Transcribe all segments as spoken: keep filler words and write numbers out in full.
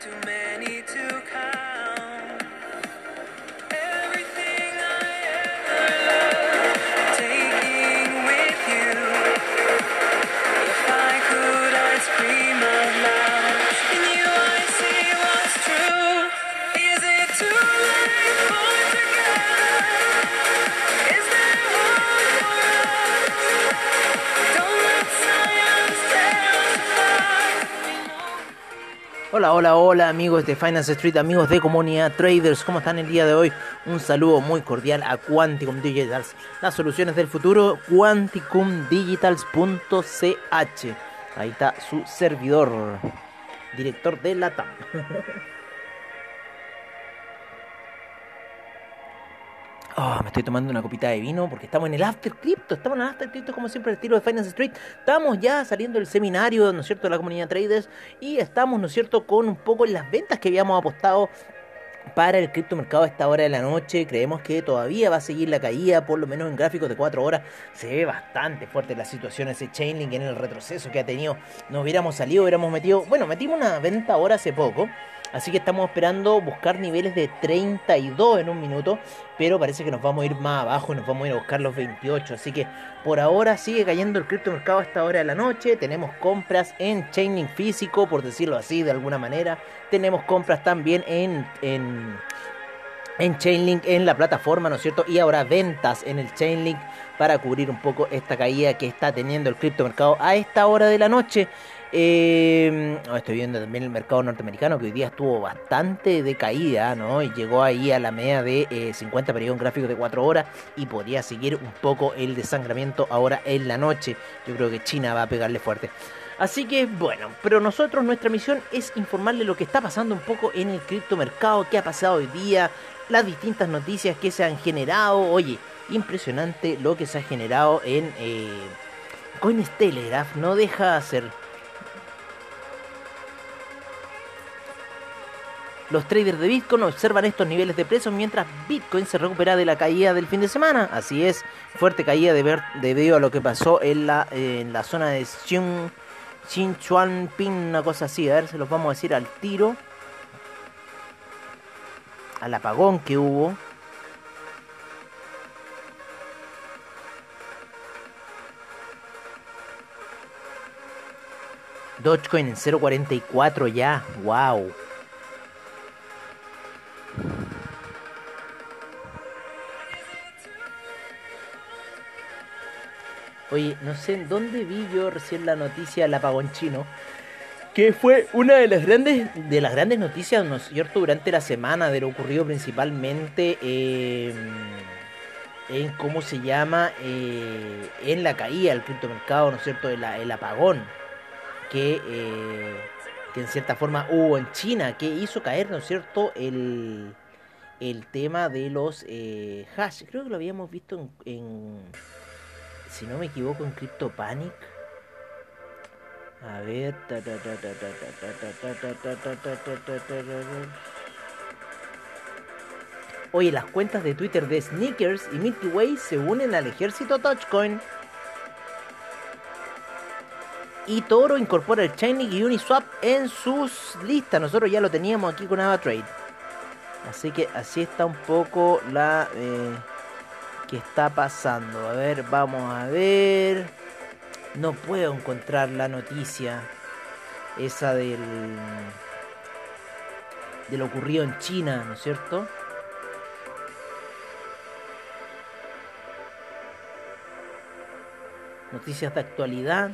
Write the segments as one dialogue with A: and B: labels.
A: Hola, hola, hola amigos de Finance Street, amigos de Comunidad Traders, ¿cómo están el día de hoy? Un saludo muy cordial a Quanticum Digitals, las soluciones del futuro, quanticum digitals punto c h. Ahí está su servidor, director de la T A M. Oh, me estoy tomando una copita de vino porque estamos en el After Crypto, estamos en el After Crypto como siempre el estilo de Finance Street. Estamos ya saliendo del seminario, ¿no es cierto?, de la comunidad traders y estamos, ¿no es cierto?, con un poco en las ventas que habíamos apostado para el criptomercado a esta hora de la noche. Creemos que todavía va a seguir la caída, por lo menos en gráficos de cuatro horas se ve bastante fuerte la situación, ese Chainlink en el retroceso que ha tenido. Nos hubiéramos salido, hubiéramos metido, bueno, metimos una venta ahora hace poco, así que estamos esperando buscar niveles de treinta y dos en un minuto, pero parece que nos vamos a ir más abajo y nos vamos a ir a buscar los veintiocho, así que por ahora sigue cayendo el criptomercado a esta hora de la noche. Tenemos compras en Chainlink físico, por decirlo así de alguna manera. Tenemos compras también en, en, en Chainlink, en la plataforma, ¿no es cierto? Y ahora ventas en el Chainlink para cubrir un poco esta caída que está teniendo el criptomercado a esta hora de la noche. Eh, estoy viendo también el mercado norteamericano que hoy día estuvo bastante de caída, ¿no? Y llegó ahí a la media de eh, cincuenta periodos en gráficos de cuatro horas y podría seguir un poco el desangramiento ahora en la noche. Yo creo que China va a pegarle fuerte. Así que bueno, pero nosotros, nuestra misión es informarle lo que está pasando un poco en el criptomercado, qué ha pasado hoy día, las distintas noticias que se han generado. Oye, impresionante lo que se ha generado en eh, Cointelegraph, no deja de hacer. Los traders de Bitcoin observan estos niveles de precios mientras Bitcoin se recupera de la caída del fin de semana. Así es, fuerte caída de ver, debido a lo que pasó en la, eh, en la zona de Xin, Xinchuanping, una cosa así. A ver, se los vamos a decir al tiro. Al apagón que hubo. Dogecoin en cero punto cuarenta y cuatro ya, wow. Oye, no sé en dónde vi yo recién la noticia del apagón chino, que fue una de las grandes de las grandes noticias, ¿no es cierto?, durante la semana, de lo ocurrido principalmente eh, en cómo se llama eh, en la caída del criptomercado, ¿no es cierto?, el, el apagón que, eh, que en cierta forma hubo en China, que hizo caer, ¿no es cierto?, el, el tema de los eh, hash. Creo que lo habíamos visto en... en si no me equivoco, en CryptoPanic. A ver. Oye, las cuentas de Twitter de Sneakers y Milky Way se unen al ejército Dogecoin. Y Toro incorpora el Chainlink y Uniswap en sus listas. Nosotros ya lo teníamos aquí con AvaTrade. Así que así está un poco la... Eh, ¿Qué está pasando? A ver, vamos a ver. No puedo encontrar la noticia esa del de lo ocurrido en China, ¿no es cierto? Noticias de actualidad.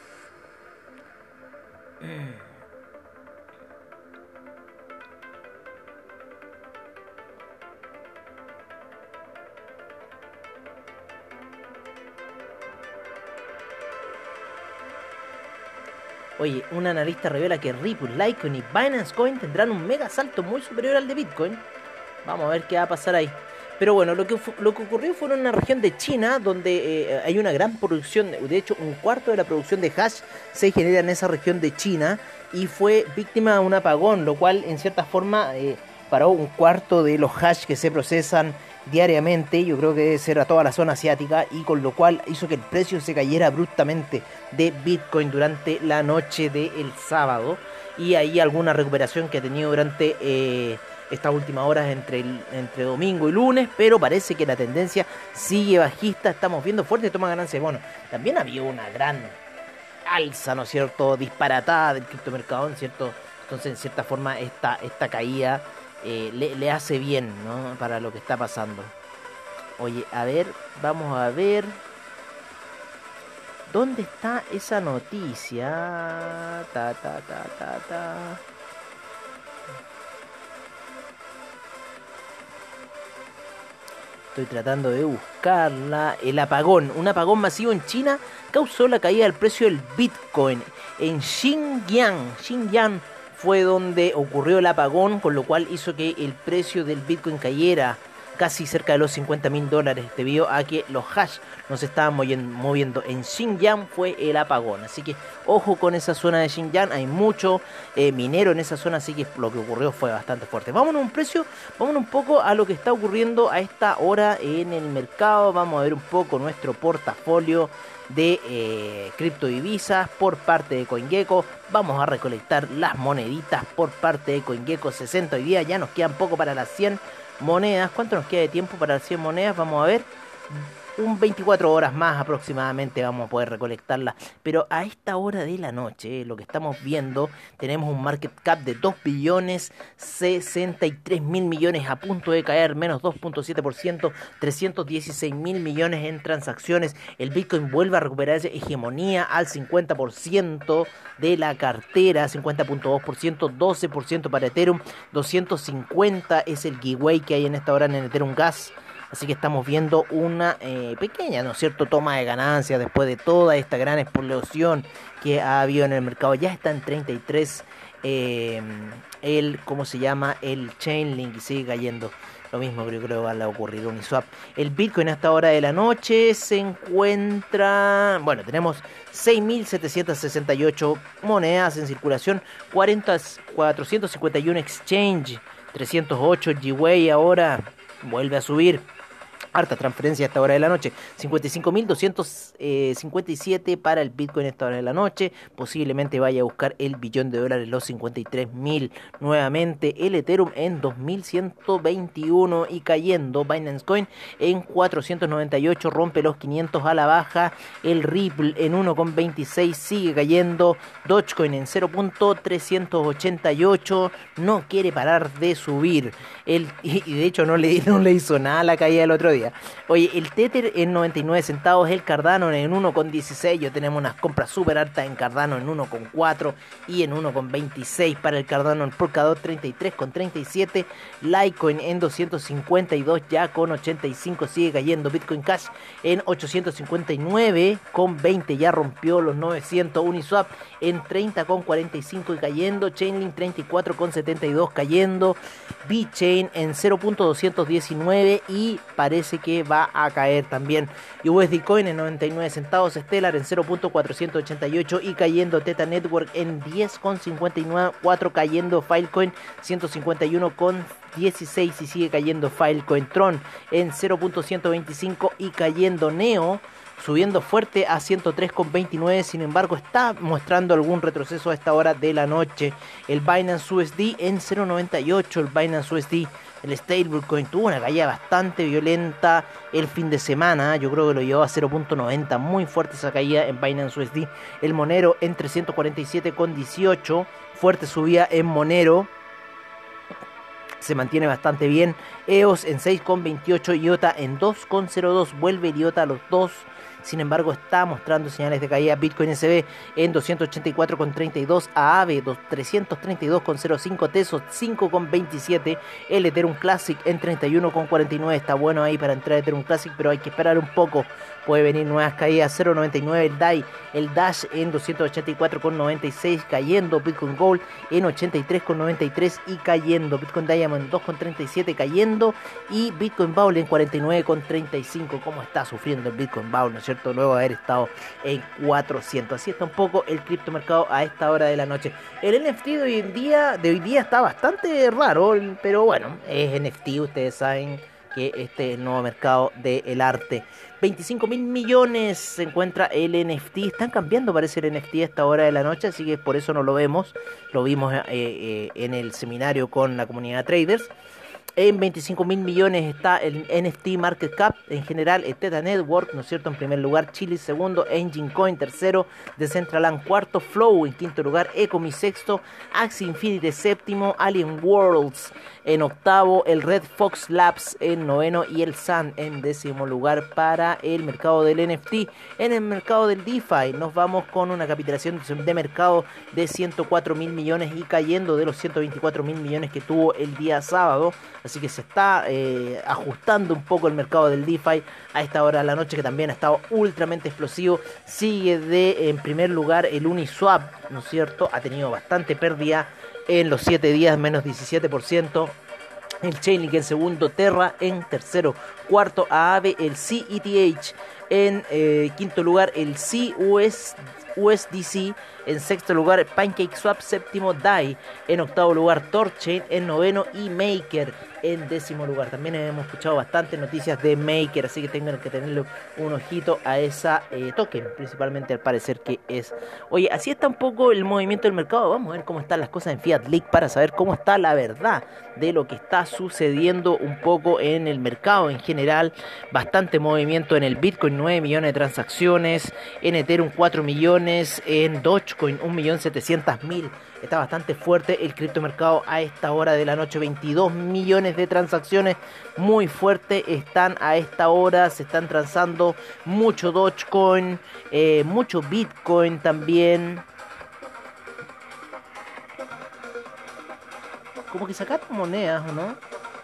A: Oye, un analista revela que Ripple, Litecoin y Binance Coin tendrán un mega salto muy superior al de Bitcoin. Vamos a ver qué va a pasar ahí. Pero bueno, lo que, lo que ocurrió fue en una región de China donde eh, hay una gran producción. De hecho, un cuarto de la producción de hash se genera en esa región de China y fue víctima de un apagón, lo cual en cierta forma eh, paró un cuarto de los hash que se procesan diariamente. Yo creo que debe ser a toda la zona asiática, y con lo cual hizo que el precio se cayera abruptamente de Bitcoin durante la noche del sábado. y ahí alguna recuperación que ha tenido durante eh, estas últimas horas entre, el, entre domingo y lunes, pero parece que la tendencia sigue bajista, estamos viendo fuerte toma de ganancias. Bueno, también había una gran alza, ¿no es cierto?, disparatada del criptomercado, ¿no es cierto? Entonces, en cierta forma, esta, esta caída eh, le, le hace bien, ¿no?, para lo que está pasando. Oye, a ver, vamos a ver. ¿Dónde está esa noticia? Ta, ta, ta, ta, ta. Estoy tratando de buscarla. El apagón. Un apagón masivo en China causó la caída del precio del Bitcoin. En Xinjiang. Xinjiang fue donde ocurrió el apagón, con lo cual hizo que el precio del Bitcoin cayera casi cerca de los cincuenta mil dólares, debido a que los hash no se estaban moviendo. En Xinjiang fue el apagón, así que ojo con esa zona de Xinjiang, hay mucho eh, minero en esa zona, así que lo que ocurrió fue bastante fuerte. Vámonos a un precio, vámonos un poco a lo que está ocurriendo a esta hora en el mercado. Vamos a ver un poco nuestro portafolio de eh, criptodivisas por parte de CoinGecko. Vamos a recolectar las moneditas por parte de CoinGecko. Sesenta hoy día, ya nos quedan poco para las cien monedas. ¿Cuánto nos queda de tiempo para las cien monedas? Vamos a ver. Un veinticuatro horas más aproximadamente vamos a poder recolectarla. Pero a esta hora de la noche, eh, lo que estamos viendo, tenemos un market cap de dos billones sesenta y tres mil millones, a punto de caer, menos dos punto siete por ciento, trescientos dieciséis mil millones en transacciones. El Bitcoin vuelve a recuperar esa hegemonía al cincuenta por ciento de la cartera, cincuenta punto dos por ciento, doce por ciento para Ethereum, doscientos cincuenta es el giveaway que hay en esta hora en el Ethereum Gas. Así que estamos viendo una eh, pequeña, ¿no es cierto?, toma de ganancias después de toda esta gran explosión que ha habido en el mercado. Ya está en treinta y tres eh, el, ¿cómo se llama?, el Chainlink, y sigue cayendo. Lo mismo creo que va a ocurrir Uniswap. El Bitcoin a esta hora de la noche se encuentra... Bueno, tenemos seis mil setecientos sesenta y ocho monedas en circulación, cuarenta, cuatrocientos cincuenta y uno exchange, trescientos ocho giveaway ahora, vuelve a subir. Harta transferencia a esta hora de la noche. cincuenta y cinco mil doscientos cincuenta y siete para el Bitcoin a esta hora de la noche. Posiblemente vaya a buscar el billón de dólares, los cincuenta y tres mil. Nuevamente el Ethereum en dos mil ciento veintiuno y cayendo. Binance Coin en cuatrocientos noventa y ocho, rompe los quinientos a la baja. El Ripple en uno coma veintiséis sigue cayendo. Dogecoin en cero punto trescientos ochenta y ocho, no quiere parar de subir. El, y de hecho no le, no le hizo nada la caída del otro día. Oye, el Tether en noventa y nueve centavos, el Cardano en uno coma dieciséis. Yo tenemos unas compras súper altas en Cardano en uno coma cuatro y en uno coma veintiséis para el Cardano. El Polkadot treinta y tres coma treinta y siete. Litecoin en doscientos cincuenta y dos ya con ochenta y cinco, sigue cayendo. Bitcoin Cash en ochocientos cincuenta y nueve coma veinte, ya rompió los novecientos. Uniswap en treinta coma cuarenta y cinco y cayendo. Chainlink treinta y cuatro coma setenta y dos cayendo. VeChain en cero punto doscientos diecinueve y parece que va a caer también. U S D Coin en noventa y nueve centavos. Stellar en cero punto cuatrocientos ochenta y ocho y cayendo. Theta Network en diez coma cincuenta y cuatro cayendo. Filecoin ciento cincuenta y uno coma dieciséis y sigue cayendo. Filecoin. Tron en cero punto ciento veinticinco y cayendo. Neo subiendo fuerte a ciento tres coma veintinueve, sin embargo está mostrando algún retroceso a esta hora de la noche. El Binance U S D en cero punto noventa y ocho, el Binance U S D, el stablecoin tuvo una caída bastante violenta el fin de semana, yo creo que lo llevó a cero punto noventa, muy fuerte esa caída en Binance U S D. El Monero en trescientos cuarenta y siete coma dieciocho, fuerte subida en Monero, se mantiene bastante bien. E O S en seis coma veintiocho, I O T A en dos coma cero dos, vuelve el I O T A a los dos, sin embargo está mostrando señales de caída. Bitcoin S B en doscientos ochenta y cuatro coma treinta y dos, Aave trescientos treinta y dos coma cero cinco, Tesos cinco coma veintisiete, el Ethereum Classic en treinta y uno coma cuarenta y nueve, está bueno ahí para entrar a Ethereum Classic, pero hay que esperar un poco, puede venir nuevas caídas. Cero coma noventa y nueve el D A I, el Dash en doscientos ochenta y cuatro coma noventa y seis cayendo. Bitcoin Gold en ochenta y tres coma noventa y tres y cayendo. Bitcoin Diamond en dos coma treinta y siete cayendo, y Bitcoin Bowl en cuarenta y nueve coma treinta y cinco. Cómo está sufriendo el Bitcoin Bowl, ¿no es cierto?, luego de haber estado en cuatrocientos. Así está un poco el criptomercado a esta hora de la noche. El N F T de hoy en día, de hoy día está bastante raro, pero bueno, es N F T, ustedes saben, que este es el nuevo mercado del arte. veinticinco mil millones se encuentra el N F T. Están cambiando, parece, el N F T a esta hora de la noche, así que por eso no lo vemos. Lo vimos eh, eh, en el seminario con la comunidad de traders. En veinticinco mil millones está el N F T Market Cap. En general, el Theta Network, ¿no es cierto? En primer lugar, Chile segundo, Engine Coin tercero, Decentraland cuarto, Flow en quinto lugar, Ecomi sexto, Axie Infinity séptimo, Alien Worlds en octavo, el Red Fox Labs en noveno y el Sun en décimo lugar para el mercado del N F T. En el mercado del DeFi nos vamos con una capitalización de mercado de ciento cuatro mil millones y cayendo de los ciento veinticuatro mil millones que tuvo el día sábado. Así que se está eh, ajustando un poco el mercado del DeFi a esta hora de la noche, que también ha estado ultramente explosivo. Sigue de en primer lugar el Uniswap, ¿no es cierto? Ha tenido bastante pérdida en los siete días, menos diecisiete por ciento. El Chainlink en segundo, Terra en tercero, cuarto Aave, el C E T H en eh, quinto lugar, el C U S D C en sexto lugar, PancakeSwap séptimo, D A I en octavo lugar, Torchain en noveno y Maker en décimo lugar. También hemos escuchado bastantes noticias de Maker, así que tengan que tenerle un ojito a esa eh, token, principalmente al parecer que es. Oye, así está un poco el movimiento del mercado. Vamos a ver cómo están las cosas en Fiat League para saber cómo está la verdad de lo que está sucediendo un poco en el mercado en general. Bastante movimiento en el Bitcoin, nueve millones de transacciones, en Ethereum cuatro millones, en Dogecoin un millón setecientos mil. Está bastante fuerte el criptomercado a esta hora de la noche, veintidós millones de transacciones, muy fuerte están a esta hora, se están transando mucho Dogecoin, eh, mucho Bitcoin también. Como que sacaron monedas, ¿o no?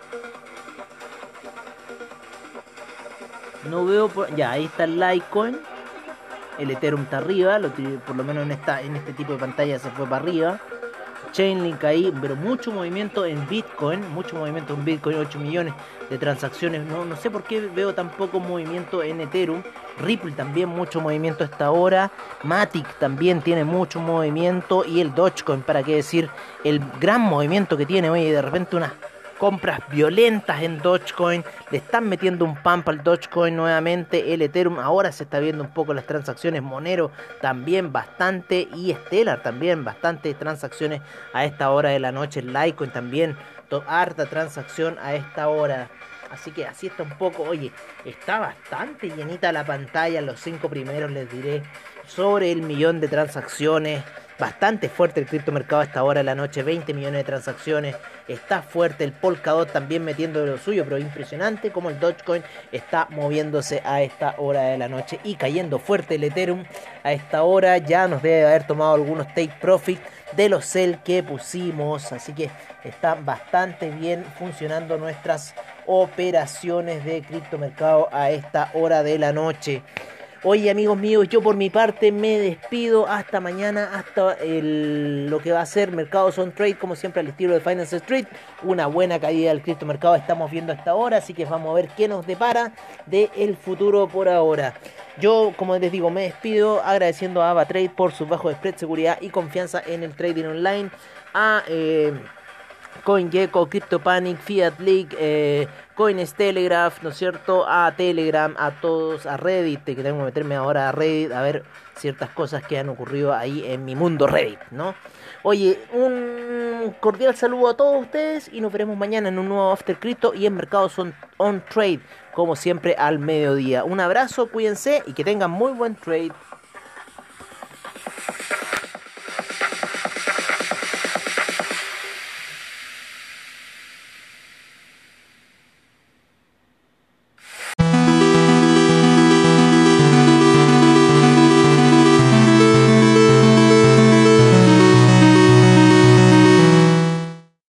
A: No veo por... Ya, ahí está el Litecoin. El Ethereum está arriba, lo, por lo menos en esta en este tipo de pantalla se fue para arriba. Chainlink ahí, pero mucho movimiento en Bitcoin, mucho movimiento en Bitcoin, ocho millones de transacciones. No, no sé por qué veo tan poco movimiento en Ethereum. Ripple también mucho movimiento hasta ahora. Matic también tiene mucho movimiento. Y el Dogecoin, para qué decir, el gran movimiento que tiene. Oye, de repente unas compras violentas en Dogecoin, le están metiendo un pump al Dogecoin nuevamente. El Ethereum ahora se está viendo un poco las transacciones, Monero también bastante, y Stellar también bastantes transacciones a esta hora de la noche. El Litecoin también, harta transacción a esta hora. Así que así está un poco. Oye, está bastante llenita la pantalla. Los cinco primeros les diré sobre el millón de transacciones. Bastante fuerte el criptomercado a esta hora de la noche, veinte millones de transacciones, está fuerte el Polkadot también metiendo de lo suyo, pero impresionante como el Dogecoin está moviéndose a esta hora de la noche y cayendo fuerte el Ethereum a esta hora. Ya nos debe haber tomado algunos take profit de los sell que pusimos, así que está bastante bien funcionando nuestras operaciones de criptomercado a esta hora de la noche. Oye, amigos míos, yo por mi parte me despido hasta mañana, hasta el, lo que va a ser Mercados on Trade, como siempre al estilo de Finance Street. Una buena caída del criptomercado estamos viendo hasta ahora, así que vamos a ver qué nos depara del futuro por ahora. Yo, como les digo, me despido agradeciendo a AvaTrade por su bajo spread, seguridad y confianza en el trading online, a eh, CoinGecko, CryptoPanic, Fiat League, eh, Coinstelegraph, ¿no es cierto? A Telegram, a todos, a Reddit, que tengo que meterme ahora a Reddit a ver ciertas cosas que han ocurrido ahí en mi mundo Reddit, ¿no? Oye, un cordial saludo a todos ustedes y nos veremos mañana en un nuevo After Crypto y en Mercados on, on Trade, como siempre al mediodía. Un abrazo, cuídense y que tengan muy buen trade.